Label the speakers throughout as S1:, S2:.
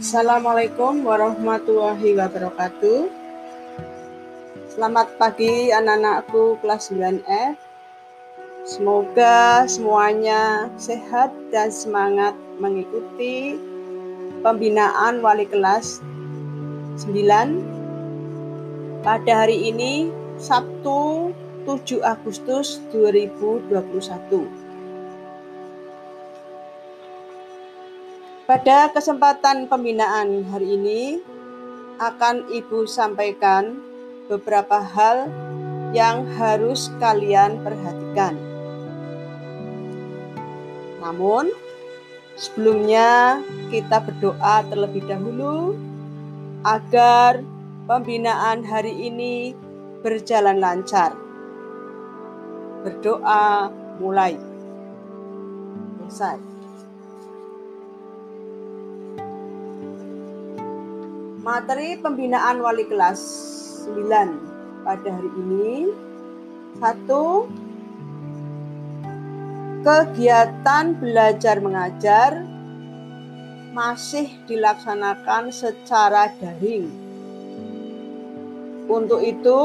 S1: Assalamualaikum warahmatullahi wabarakatuh. Selamat pagi anak-anakku kelas 9F. Semoga semuanya sehat dan semangat mengikuti pembinaan wali kelas 9 pada hari ini, Sabtu 7 Agustus 2021. Pada kesempatan pembinaan hari ini akan Ibu sampaikan beberapa hal yang harus kalian perhatikan. Namun, sebelumnya kita berdoa terlebih dahulu agar pembinaan hari ini berjalan lancar. Berdoa mulai. Selesai. Materi pembinaan wali kelas 9 pada hari ini. 1. Kegiatan belajar mengajar masih dilaksanakan secara daring. Untuk itu,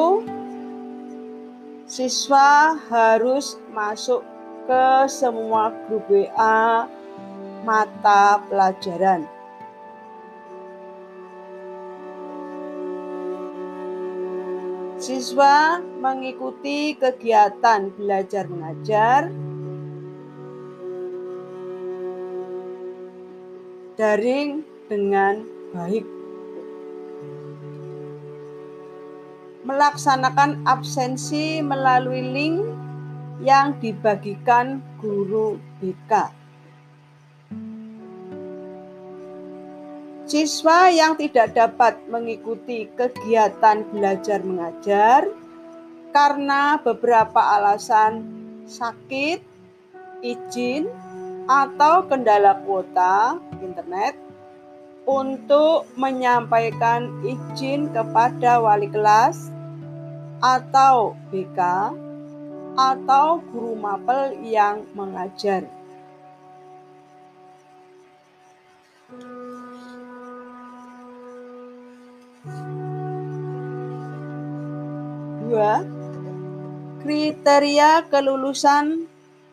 S1: siswa harus masuk ke semua grup WA mata pelajaran. Siswa mengikuti kegiatan belajar mengajar daring dengan baik. Melaksanakan absensi melalui link yang dibagikan guru BK. Siswa yang tidak dapat mengikuti kegiatan belajar mengajar karena beberapa alasan sakit, izin, atau kendala kuota internet untuk menyampaikan izin kepada wali kelas atau BK atau guru mapel yang mengajar. Dua, kriteria kelulusan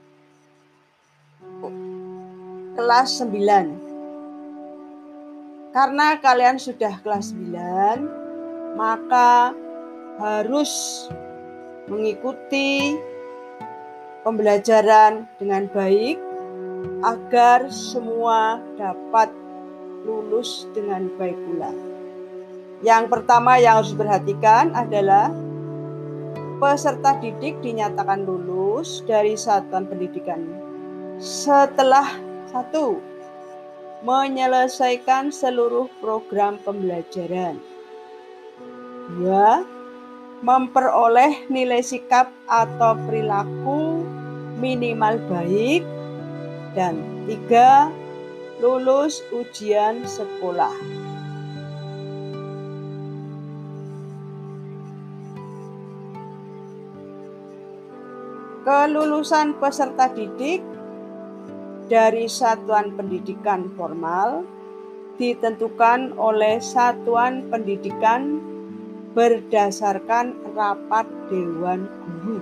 S1: kelas 9. Karena kalian sudah kelas 9, maka harus mengikuti pembelajaran dengan baik agar semua dapat lulus dengan baik pula. Yang pertama yang harus diperhatikan adalah peserta didik dinyatakan lulus dari satuan pendidikan setelah 1. Menyelesaikan seluruh program pembelajaran. 2. Memperoleh nilai sikap atau perilaku minimal baik. Dan 3. Lulus ujian sekolah. Kelulusan peserta didik dari satuan pendidikan formal ditentukan oleh satuan pendidikan berdasarkan rapat Dewan Guru.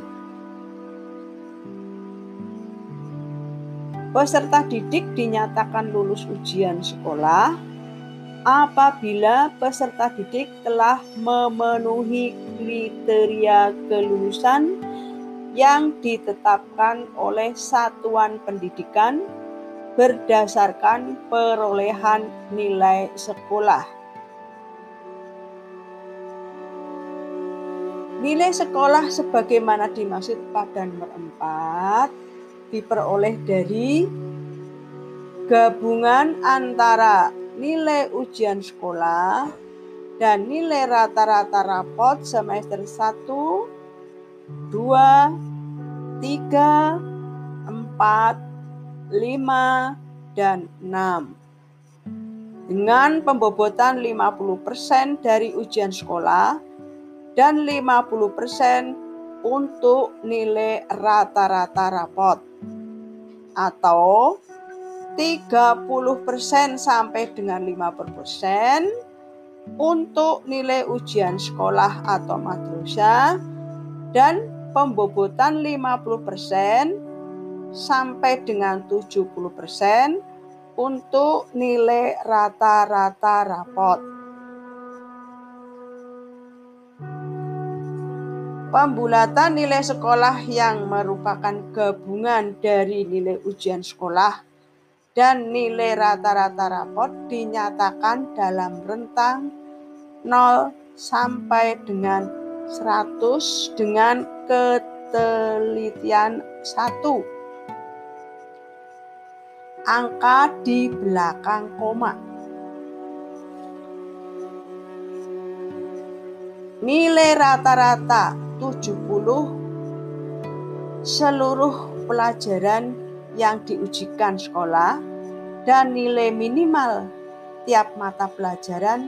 S1: Peserta didik dinyatakan lulus ujian sekolah apabila peserta didik telah memenuhi kriteria kelulusan yang ditetapkan oleh satuan pendidikan berdasarkan perolehan nilai sekolah. Nilai sekolah sebagaimana dimaksud pada nomor 4 diperoleh dari gabungan antara nilai ujian sekolah dan nilai rata-rata rapot semester 1, 2, 3, 4, 5, dan 6. Dengan pembobotan 50% dari ujian sekolah dan 50% untuk nilai rata-rata rapot. Atau 30% sampai dengan 50% untuk nilai ujian sekolah atau madrasah, dan pembobotan 50% sampai dengan 70% untuk nilai rata-rata rapot. Pembulatan nilai sekolah yang merupakan gabungan dari nilai ujian sekolah dan nilai rata-rata rapot dinyatakan dalam rentang 0 sampai dengan 100 dengan ketelitian 1. Angka di belakang koma. Nilai rata-rata 70 seluruh pelajaran yang diujikan sekolah, dan nilai minimal tiap mata pelajaran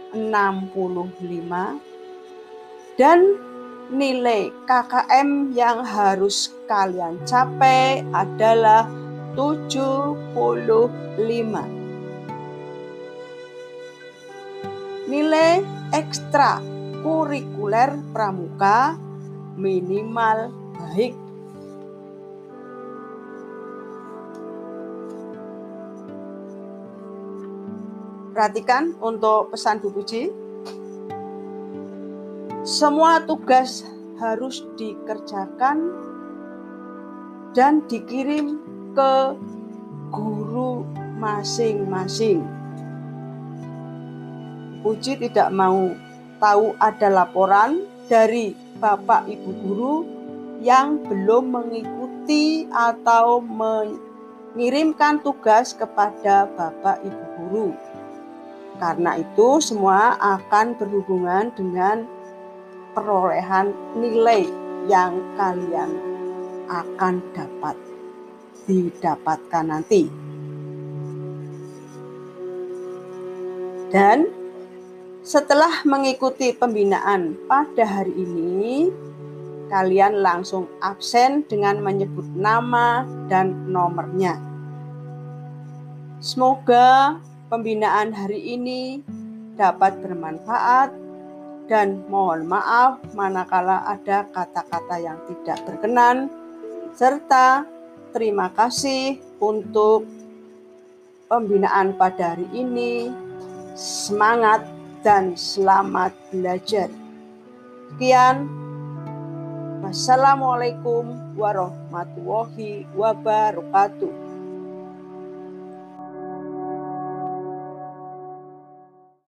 S1: 65, dan nilai KKM yang harus kalian capai adalah 75. Nilai ekstra kurikuler pramuka minimal baik. Perhatikan untuk pesan Bu Puji. Semua tugas harus dikerjakan dan dikirim ke guru masing-masing. Puji tidak mau tahu ada laporan dari Bapak Ibu guru yang belum mengikuti atau mengirimkan tugas kepada Bapak Ibu guru. Karena itu semua akan berhubungan dengan perolehan nilai yang kalian akan didapatkan nanti. Dan setelah mengikuti pembinaan pada hari ini, kalian langsung absen dengan menyebut nama dan nomornya. Semoga pembinaan hari ini dapat bermanfaat, dan mohon maaf manakala ada kata-kata yang tidak berkenan, serta terima kasih untuk pembinaan pada hari ini. Semangat dan selamat belajar. Sekian. Wassalamualaikum warahmatullahi wabarakatuh.